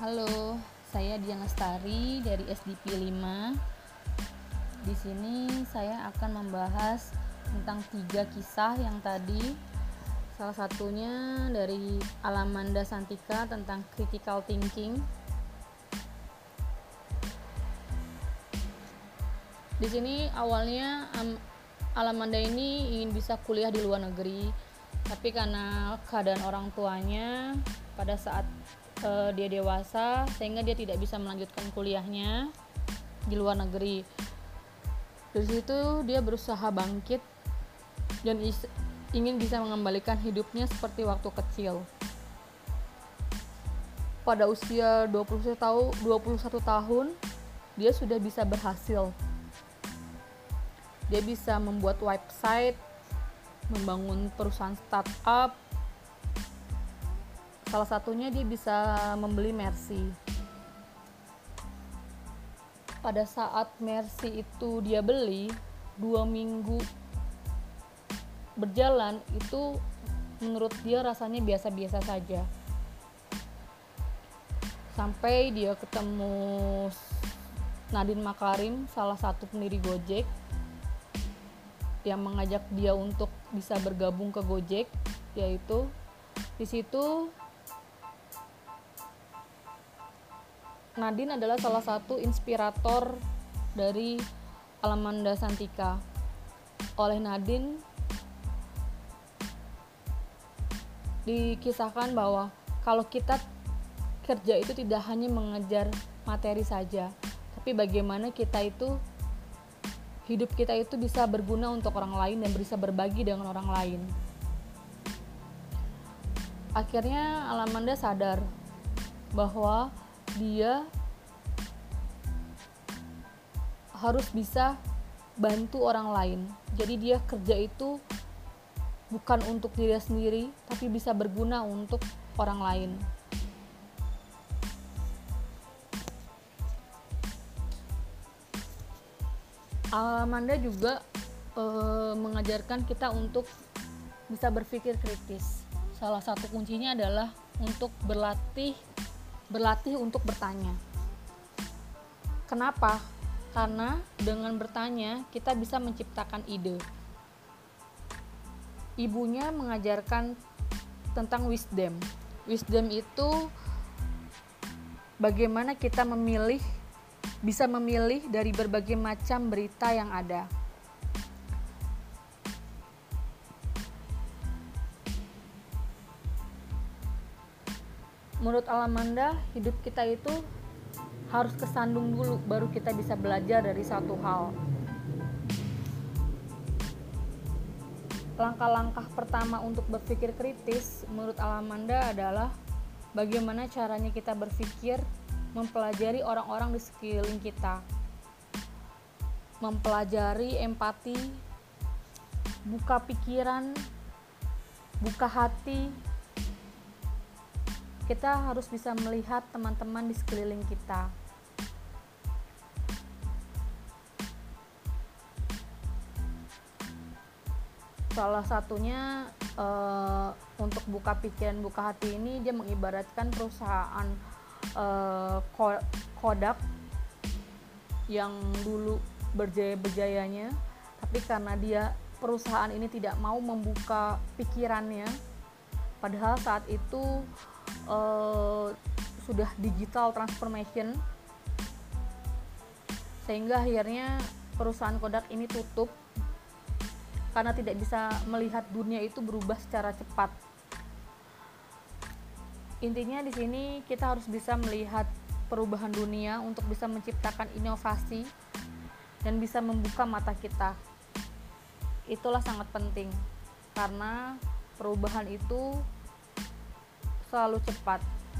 Halo, saya Dian Lestari dari SDP 5. Di sini saya akan membahas tentang 3 kisah yang tadi. Salah satunya dari Alamanda Santika tentang critical thinking. Di sini awalnya Alamanda ini ingin bisa kuliah di luar negeri, tapi karena keadaan orang tuanya pada saat dia dewasa, sehingga dia tidak bisa melanjutkan kuliahnya di luar negeri. Dari situ dia berusaha bangkit dan ingin bisa mengembalikan hidupnya seperti waktu kecil. Pada usia 21 tahun, dia sudah bisa berhasil. Dia bisa membuat website, membangun perusahaan startup. Salah satunya dia bisa membeli Mercy. Pada saat Mercy itu dia beli, 2 minggu berjalan itu menurut dia rasanya biasa-biasa saja. Sampai dia ketemu Nadine Makarim, salah satu pendiri Gojek, yang mengajak dia untuk bisa bergabung ke Gojek, yaitu di situ Nadine adalah salah satu inspirator dari Alamanda Santika. Oleh Nadine dikisahkan bahwa kalau kita kerja itu tidak hanya mengejar materi saja, tapi bagaimana kita itu hidup kita itu bisa berguna untuk orang lain dan bisa berbagi dengan orang lain. Akhirnya Alamanda sadar bahwa dia harus bisa bantu orang lain. Jadi dia kerja itu bukan untuk diri sendiri, tapi bisa berguna untuk orang lain. Alamanda juga mengajarkan kita untuk bisa berpikir kritis. Salah satu kuncinya adalah untuk berlatih untuk bertanya. Kenapa? Karena dengan bertanya kita bisa menciptakan ide. Ibunya mengajarkan tentang wisdom. Wisdom itu bagaimana kita bisa memilih dari berbagai macam berita yang ada. Menurut Alamanda, hidup kita itu harus kesandung dulu baru kita bisa belajar dari satu hal. Langkah-langkah pertama untuk berpikir kritis menurut Alamanda adalah bagaimana caranya kita berpikir, mempelajari orang-orang di sekeliling kita, mempelajari empati, buka pikiran, buka hati. Kita harus bisa melihat teman-teman di sekeliling kita. Salah satunya untuk buka pikiran, buka hati ini dia mengibaratkan perusahaan Kodak yang dulu berjaya-berjayanya, tapi karena dia perusahaan ini tidak mau membuka pikirannya, padahal saat itu sudah digital transformation, sehingga akhirnya perusahaan Kodak ini tutup karena tidak bisa melihat dunia itu berubah secara cepat. Intinya di sini kita harus bisa melihat perubahan dunia untuk bisa menciptakan inovasi dan bisa membuka mata kita. Itulah sangat penting karena perubahan itu selalu cepat.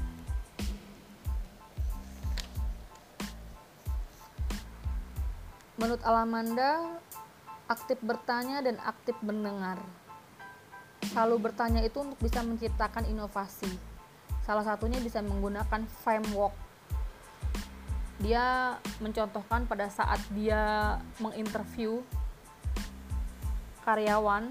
Menurut Alamanda, aktif bertanya dan aktif mendengar. Selalu bertanya itu untuk bisa menciptakan inovasi. Salah satunya bisa menggunakan framework. Dia mencontohkan pada saat dia menginterview karyawan.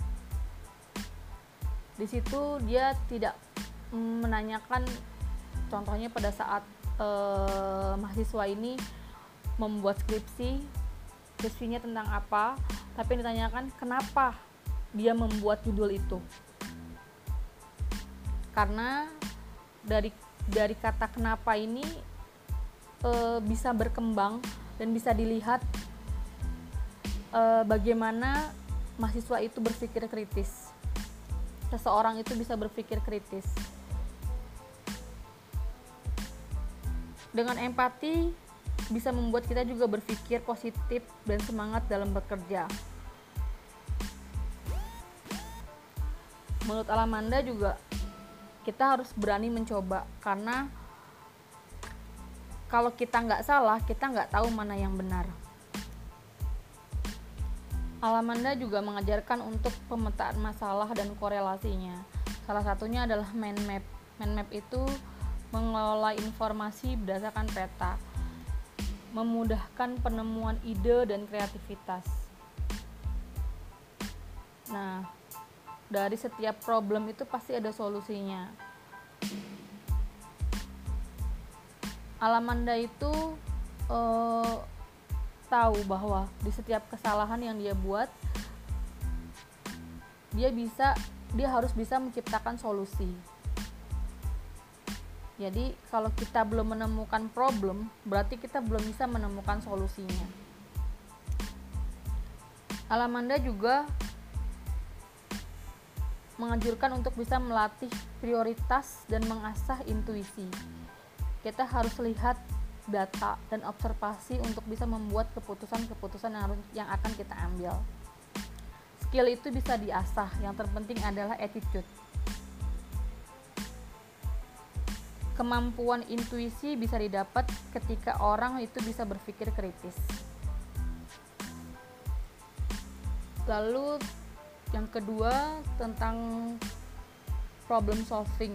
Di situ dia tidak menanyakan Contohnya pada saat mahasiswa ini membuat skripsinya tentang apa, tapi ditanyakan kenapa dia membuat judul itu. Karena dari kata kenapa ini bisa berkembang dan bisa dilihat bagaimana mahasiswa itu berpikir kritis. Seseorang itu bisa berpikir kritis. Dengan empati bisa membuat kita juga berpikir positif dan semangat dalam bekerja. Menurut Alamanda juga kita harus berani mencoba, karena kalau kita nggak salah, kita nggak tahu mana yang benar. Alamanda juga mengajarkan untuk pemetaan masalah dan korelasinya. Salah satunya adalah mind map. Mind map itu mengelola informasi berdasarkan peta, memudahkan penemuan ide dan kreativitas. Nah, dari setiap problem itu pasti ada solusinya. Alamanda itu tahu bahwa di setiap kesalahan yang dia buat, dia harus bisa menciptakan solusi. Jadi kalau kita belum menemukan problem, berarti kita belum bisa menemukan solusinya. Alamanda juga menganjurkan untuk bisa melatih prioritas dan mengasah intuisi. Kita harus lihat data dan observasi untuk bisa membuat keputusan-keputusan yang akan kita ambil. Skill itu bisa diasah, yang terpenting adalah attitude. Kemampuan intuisi bisa didapat ketika orang itu bisa berpikir kritis. Lalu yang kedua tentang problem solving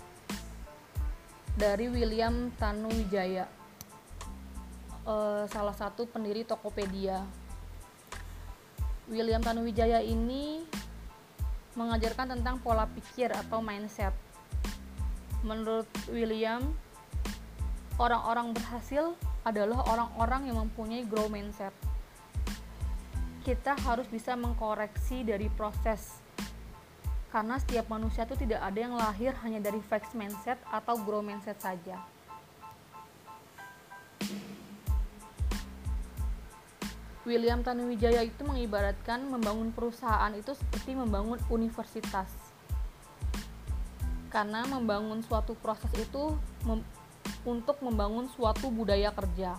dari William Tanuwijaya, salah satu pendiri Tokopedia. William Tanuwijaya ini mengajarkan tentang pola pikir atau mindset. Menurut William, orang-orang berhasil adalah orang-orang yang mempunyai growth mindset. Kita harus bisa mengkoreksi dari proses, karena setiap manusia itu tidak ada yang lahir hanya dari fixed mindset atau growth mindset saja. William Tanuwijaya itu mengibaratkan membangun perusahaan itu seperti membangun universitas. Karena membangun suatu proses itu untuk membangun suatu budaya kerja.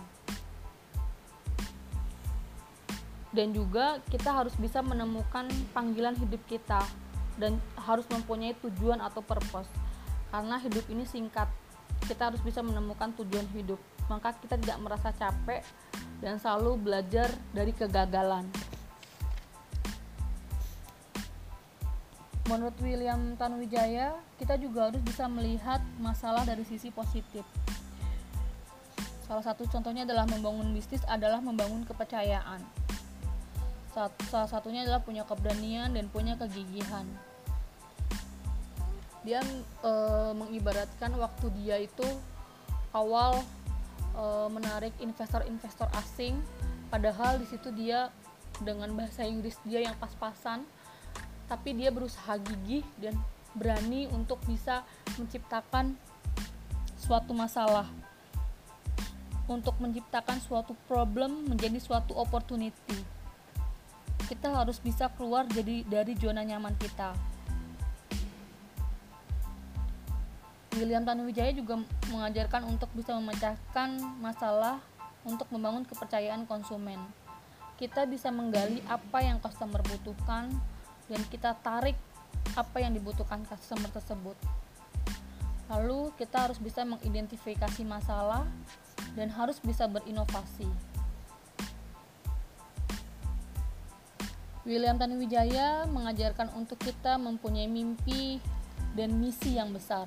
Dan juga kita harus bisa menemukan panggilan hidup kita dan harus mempunyai tujuan atau purpose. Karena hidup ini singkat, kita harus bisa menemukan tujuan hidup. Maka kita tidak merasa capek dan selalu belajar dari kegagalan. Menurut William Tanuwijaya, kita juga harus bisa melihat masalah dari sisi positif. Salah satu contohnya adalah membangun bisnis adalah membangun kepercayaan. Salah satunya adalah punya keberanian dan punya kegigihan. Dia mengibaratkan waktu dia itu awal menarik investor-investor asing, padahal di situ dia dengan bahasa Inggris dia yang pas-pasan, tapi dia berusaha gigih dan berani untuk bisa menciptakan suatu masalah, untuk menciptakan suatu problem menjadi suatu opportunity. Kita harus bisa keluar dari zona nyaman kita. William Tanuwijaya juga mengajarkan untuk bisa memecahkan masalah untuk membangun kepercayaan konsumen. Kita bisa menggali apa yang customer butuhkan dan kita tarik apa yang dibutuhkan customer tersebut. Lalu kita harus bisa mengidentifikasi masalah dan harus bisa berinovasi. William Tanuwijaya mengajarkan untuk kita mempunyai mimpi dan misi yang besar.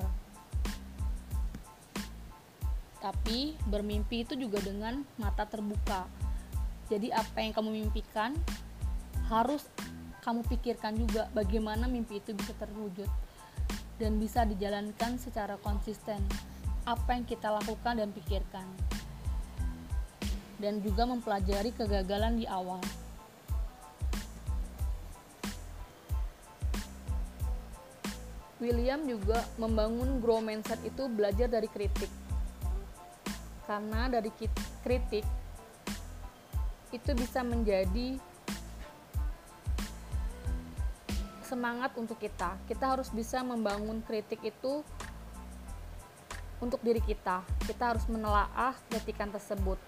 Tapi bermimpi itu juga dengan mata terbuka. Jadi apa yang kamu mimpikan harus kamu pikirkan juga bagaimana mimpi itu bisa terwujud dan bisa dijalankan secara konsisten. apa yang kita lakukan dan pikirkan, dan juga mempelajari kegagalan di awal. William juga membangun grow mindset itu belajar dari kritik, karena dari kritik itu bisa menjadi semangat untuk kita. Kita harus bisa membangun kritik itu untuk diri kita. Kita harus menelaah kritikan tersebut.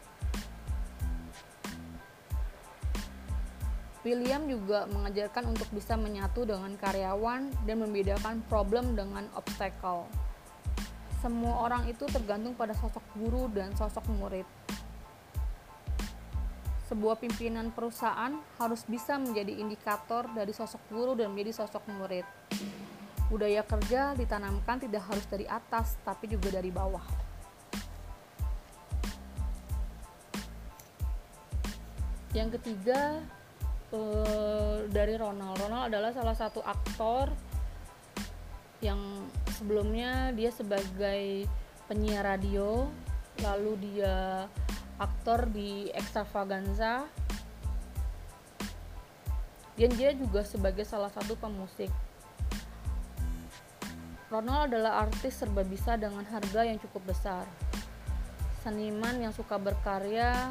William juga mengajarkan untuk bisa menyatu dengan karyawan dan membedakan problem dengan obstacle. Semua orang itu tergantung pada sosok guru dan sosok murid. Sebuah pimpinan perusahaan harus bisa menjadi indikator dari sosok guru dan menjadi sosok murid. Budaya kerja ditanamkan tidak harus dari atas, tapi juga dari bawah. Yang ketiga, dari Ronald. Ronald adalah salah satu aktor yang sebelumnya dia sebagai penyiar radio, lalu dia aktor di Extravaganza, dan dia juga sebagai salah satu pemusik. Ronald adalah artis serba bisa dengan harga yang cukup besar, seniman yang suka berkarya,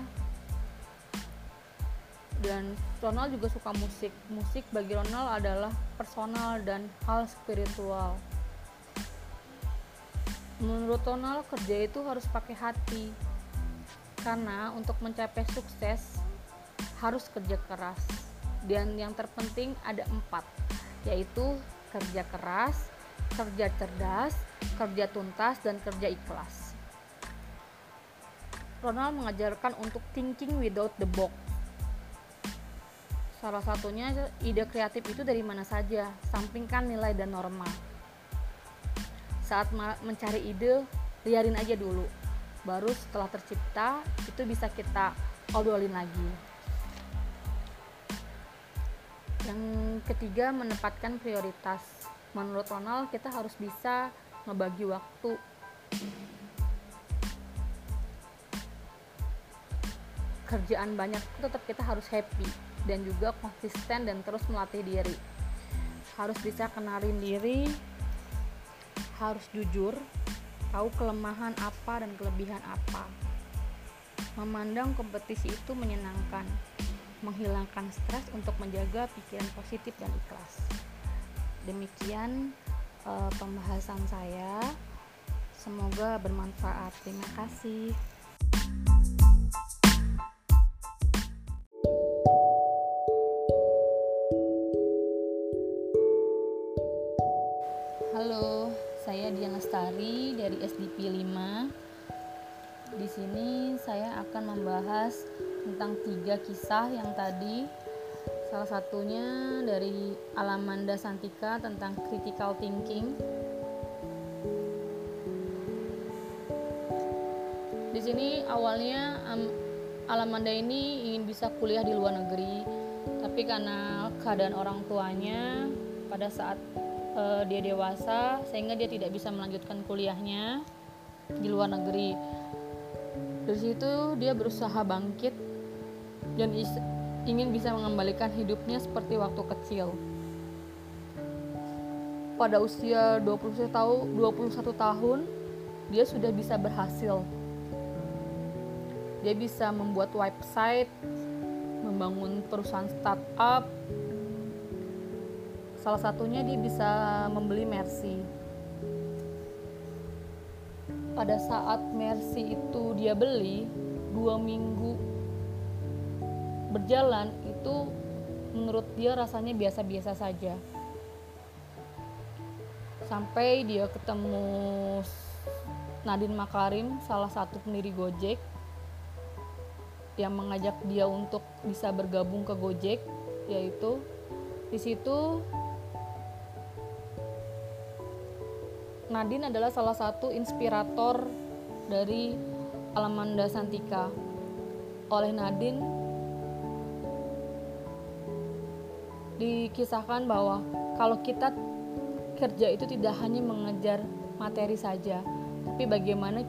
dan Ronald juga suka musik. Musik bagi Ronald adalah personal dan hal spiritual. Menurut Ronald, kerja itu harus pakai hati, karena untuk mencapai sukses harus kerja keras. Dan yang terpenting ada 4, yaitu kerja keras, kerja cerdas, kerja tuntas, dan kerja ikhlas. Ronald mengajarkan untuk thinking without the box. Salah satunya, ide kreatif itu dari mana saja, sampingkan nilai dan norma. Saat mencari ide, liarin aja dulu. Baru setelah tercipta, itu bisa kita obrolin lagi. Yang ketiga, menempatkan prioritas. Menurut Ronald, kita harus bisa ngebagi waktu. Kerjaan banyak, tetap kita harus happy dan juga konsisten dan terus melatih diri. Harus bisa kenalin diri, harus jujur, tahu kelemahan apa dan kelebihan apa. Memandang kompetisi itu menyenangkan, menghilangkan stres untuk menjaga pikiran positif dan ikhlas. Demikian pembahasan saya. Semoga bermanfaat. Terima kasih. Halo, saya Dian Lestari dari SDP 5. Di sini saya akan membahas tentang 3 kisah yang tadi. Salah satunya dari Alamanda Santika tentang critical thinking. Di sini awalnya Alamanda ini ingin bisa kuliah di luar negeri, tapi karena keadaan orang tuanya pada saat dia dewasa, sehingga dia tidak bisa melanjutkan kuliahnya di luar negeri. Dari situ dia berusaha bangkit dan ingin bisa mengembalikan hidupnya seperti waktu kecil. Pada usia 21 tahun, dia sudah bisa berhasil. Dia bisa membuat website, membangun perusahaan startup. Salah satunya dia bisa membeli Mercy. Pada saat Mercy itu dia beli, 2 minggu berjalan itu menurut dia rasanya biasa-biasa saja. Sampai dia ketemu Nadine Makarim, salah satu pendiri Gojek, yang mengajak dia untuk bisa bergabung ke Gojek, yaitu di situ Nadine adalah salah satu inspirator dari Alamanda Santika. Oleh Nadine dikisahkan bahwa kalau kita kerja itu tidak hanya mengejar materi saja, tapi bagaimana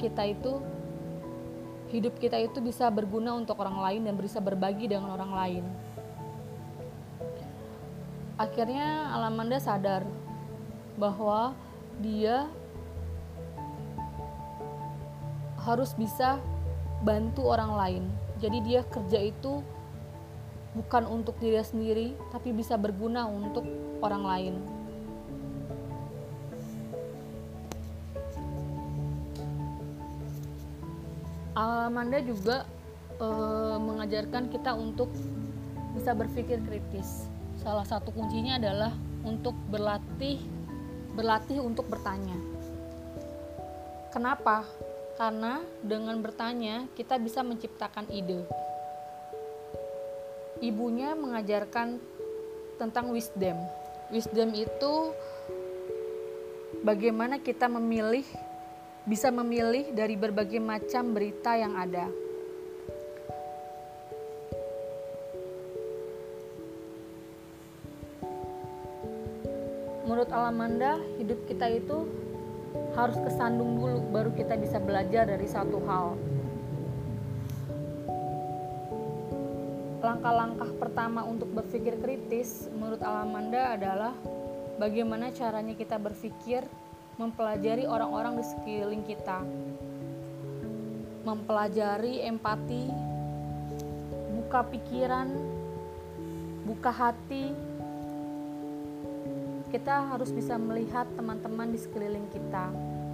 hidup kita itu bisa berguna untuk orang lain dan bisa berbagi dengan orang lain. Akhirnya Alamanda sadar bahwa dia harus bisa bantu orang lain. Jadi dia kerja itu bukan untuk diri sendiri, tapi bisa berguna untuk orang lain. Alamanda juga mengajarkan kita untuk bisa berpikir kritis. Salah satu kuncinya adalah untuk berlatih untuk bertanya. Kenapa? Karena dengan bertanya kita bisa menciptakan ide. Ibunya mengajarkan tentang wisdom. Wisdom itu bagaimana kita bisa memilih dari berbagai macam berita yang ada. Menurut Alamanda, hidup kita itu harus kesandung dulu baru kita bisa belajar dari satu hal. Langkah-langkah pertama untuk berpikir kritis menurut Alamanda adalah bagaimana caranya kita berpikir, mempelajari orang-orang di sekeliling kita, mempelajari empati, buka pikiran, buka hati. Kita harus bisa melihat teman-teman di sekeliling kita.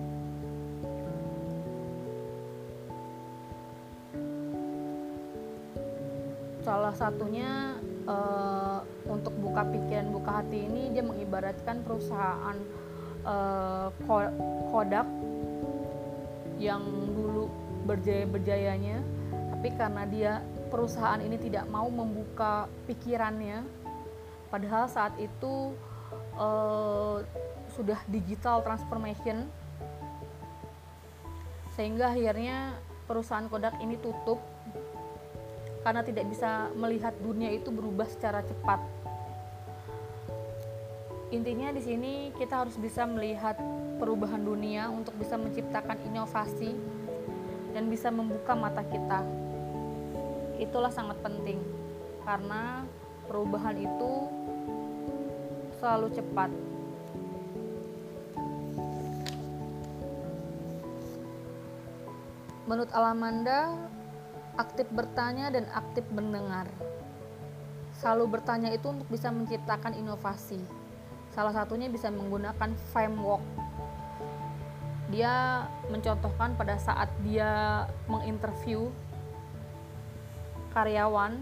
Salah satunya untuk buka pikiran, buka hati ini dia mengibaratkan perusahaan Kodak yang dulu berjaya-berjayanya, tapi karena perusahaan ini tidak mau membuka pikirannya, padahal saat itu sudah digital transformation, sehingga akhirnya perusahaan Kodak ini tutup karena tidak bisa melihat dunia itu berubah secara cepat. Intinya di sini kita harus bisa melihat perubahan dunia untuk bisa menciptakan inovasi dan bisa membuka mata kita. Itulah sangat penting karena perubahan itu selalu cepat. Menurut Alamanda, aktif bertanya dan aktif mendengar. Selalu bertanya itu untuk bisa menciptakan inovasi. Salah satunya bisa menggunakan framework. Dia mencontohkan pada saat dia menginterview karyawan.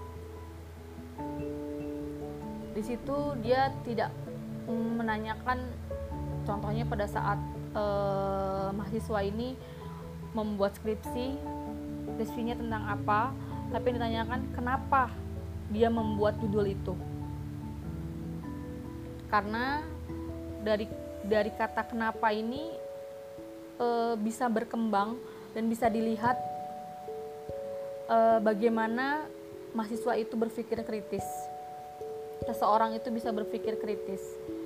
Di situ dia tidak menanyakan, contohnya pada saat mahasiswa ini membuat skripsinya tentang apa, tapi ditanyakan kenapa dia membuat judul itu. Karena dari kata kenapa ini bisa berkembang dan bisa dilihat bagaimana mahasiswa itu berpikir kritis. Seseorang itu bisa berpikir kritis.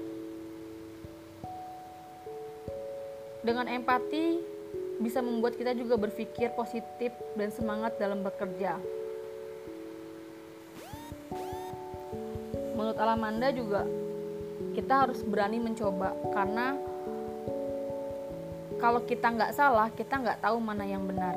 Dengan empati bisa membuat kita juga berpikir positif dan semangat dalam bekerja. Menurut Alamanda juga kita harus berani mencoba, karena kalau kita nggak salah, kita nggak tahu mana yang benar.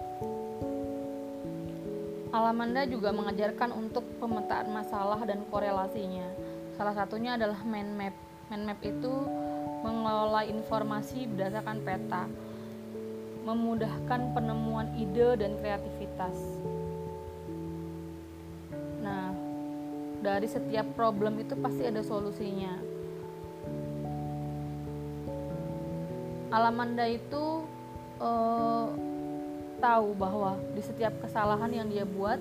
Alamanda juga mengajarkan untuk pemetaan masalah dan korelasinya. Salah satunya adalah mind map. Mind map itu mengelola informasi berdasarkan peta, memudahkan penemuan ide dan kreativitas. Nah, dari setiap problem itu pasti ada solusinya. Alamanda itu tahu bahwa di setiap kesalahan yang dia buat,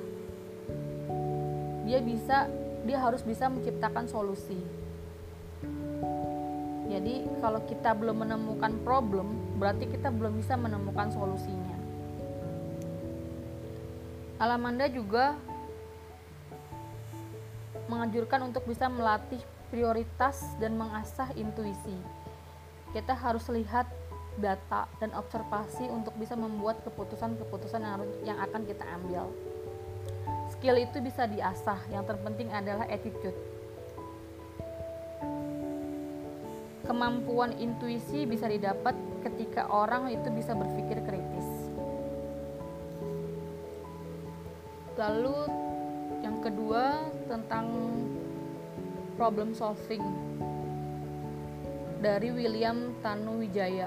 dia harus bisa menciptakan solusi. Jadi kalau kita belum menemukan problem, berarti kita belum bisa menemukan solusinya. Alamanda juga menganjurkan untuk bisa melatih prioritas dan mengasah intuisi. Kita harus lihat data dan observasi untuk bisa membuat keputusan-keputusan yang akan kita ambil. Skill itu bisa diasah, yang terpenting adalah attitude. Kemampuan intuisi bisa didapat ketika orang itu bisa berpikir kritis. Lalu yang kedua tentang problem solving dari William Tanuwijaya,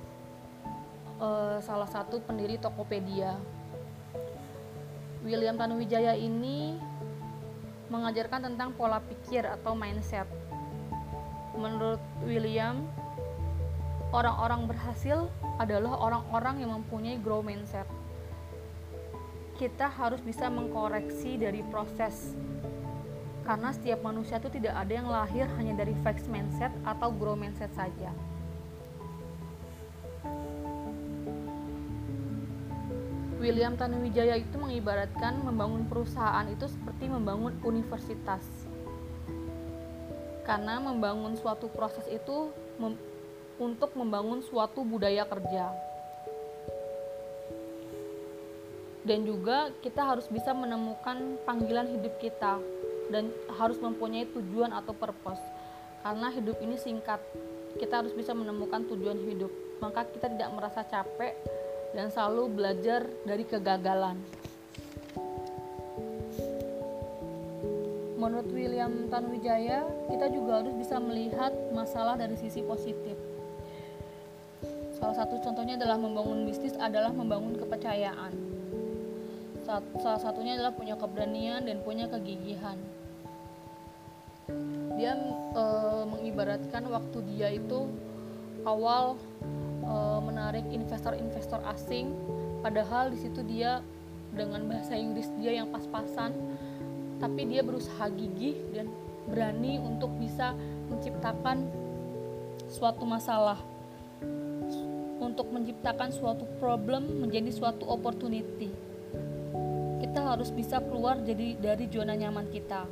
salah satu pendiri Tokopedia. William Tanuwijaya ini mengajarkan tentang pola pikir atau mindset. Menurut William, orang-orang berhasil adalah orang-orang yang mempunyai growth mindset. Kita harus bisa mengkoreksi dari proses, karena setiap manusia itu tidak ada yang lahir hanya dari fixed mindset atau growth mindset saja. William Tanuwijaya itu mengibaratkan membangun perusahaan itu seperti membangun universitas, karena membangun suatu proses itu untuk membangun suatu budaya kerja. Dan juga kita harus bisa menemukan panggilan hidup kita dan harus mempunyai tujuan atau purpose, karena hidup ini singkat. Kita harus bisa menemukan tujuan hidup, maka kita tidak merasa capek dan selalu belajar dari kegagalan. Menurut William Tanuwijaya, kita juga harus bisa melihat masalah dari sisi positif. Salah satu contohnya adalah membangun bisnis adalah membangun kepercayaan. Salah satunya adalah punya keberanian dan punya kegigihan. Dia mengibaratkan waktu dia itu awal menarik investor-investor asing, padahal di situ dia dengan bahasa Inggris dia yang pas-pasan, tapi dia berusaha gigih dan berani untuk bisa menciptakan suatu masalah, untuk menciptakan suatu problem menjadi suatu opportunity. Kita harus bisa keluar dari zona nyaman kita.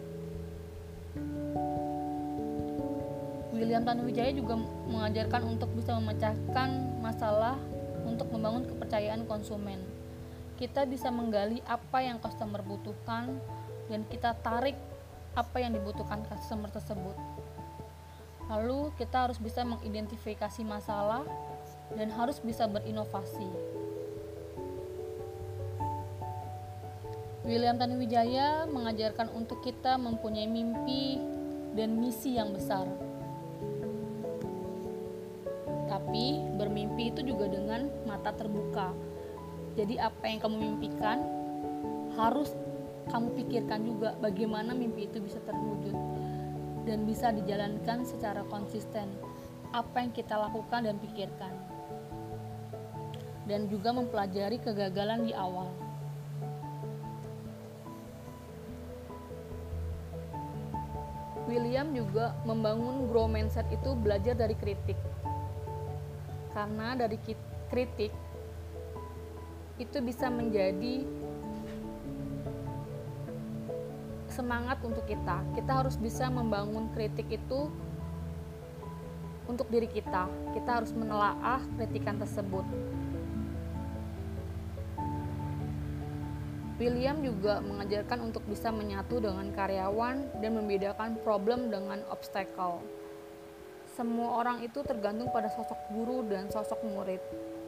William Tanuwijaya juga mengajarkan untuk bisa memecahkan masalah untuk membangun kepercayaan konsumen. Kita bisa menggali apa yang customer butuhkan dan kita tarik apa yang dibutuhkan customer tersebut. Lalu kita harus bisa mengidentifikasi masalah dan harus bisa berinovasi. William Tanuwijaya mengajarkan untuk kita mempunyai mimpi dan misi yang besar. Tapi bermimpi itu juga dengan mata terbuka. Jadi apa yang kamu mimpikan harus kamu pikirkan juga bagaimana mimpi itu bisa terwujud dan bisa dijalankan secara konsisten. Apa yang kita lakukan dan pikirkan. Dan juga mempelajari kegagalan di awal. William juga membangun growth mindset itu belajar dari kritik. Karena dari kritik itu bisa menjadi semangat untuk kita. Kita harus bisa membangun kritik itu untuk diri kita. Kita harus menelaah kritikan tersebut. William juga mengajarkan untuk bisa menyatu dengan karyawan dan membedakan problem dengan obstacle. Semua orang itu tergantung pada sosok guru dan sosok murid.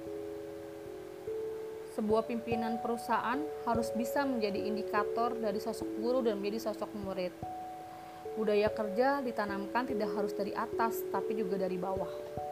Sebuah pimpinan perusahaan harus bisa menjadi indikator dari sosok guru dan menjadi sosok murid. Budaya kerja ditanamkan tidak harus dari atas, tapi juga dari bawah.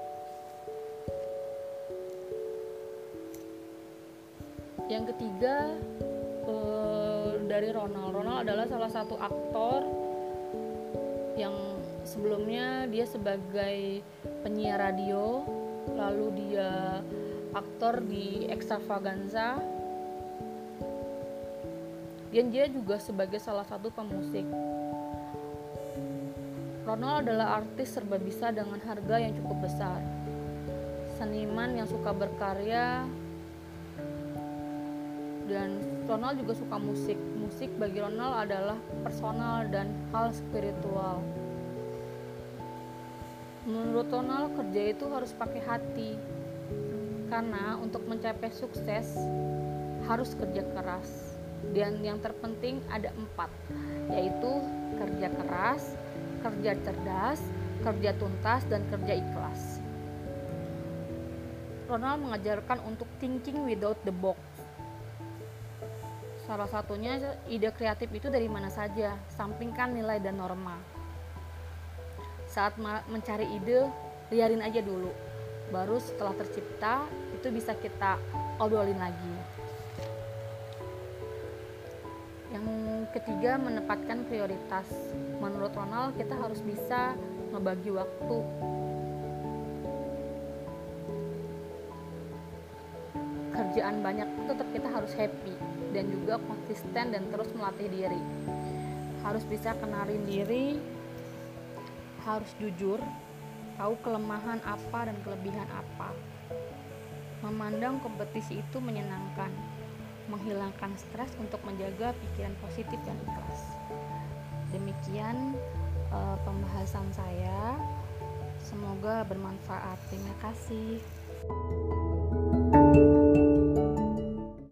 Yang ketiga, dari Ronald. Ronald adalah salah satu aktor yang sebelumnya dia sebagai penyiar radio, lalu dia aktor di Extravaganza, dan dia juga sebagai salah satu pemusik. Ronald adalah artis serba bisa dengan harga yang cukup besar, seniman yang suka berkarya, dan Ronald juga suka musik. Musik bagi Ronald adalah personal dan hal spiritual. Menurut Ronald, kerja itu harus pakai hati. Karena untuk mencapai sukses harus kerja keras, dan yang terpenting ada 4, yaitu kerja keras, kerja cerdas, kerja tuntas, dan kerja ikhlas. Ronald mengajarkan untuk thinking without the box. Salah satunya, ide kreatif itu dari mana saja, sampingkan nilai dan norma. Saat mencari ide, liarin aja dulu. Baru setelah tercipta, itu bisa kita obrolin lagi. Yang ketiga, menempatkan prioritas. Menurut Ronald, kita harus bisa ngebagi waktu. Kerjaan banyak tetap kita harus happy dan juga konsisten dan terus melatih diri. Harus bisa kenalin diri, harus jujur, tahu kelemahan apa dan kelebihan apa. Memandang kompetisi itu menyenangkan, menghilangkan stres untuk menjaga pikiran positif dan ikhlas. Demikian pembahasan saya. Semoga bermanfaat. Terima kasih.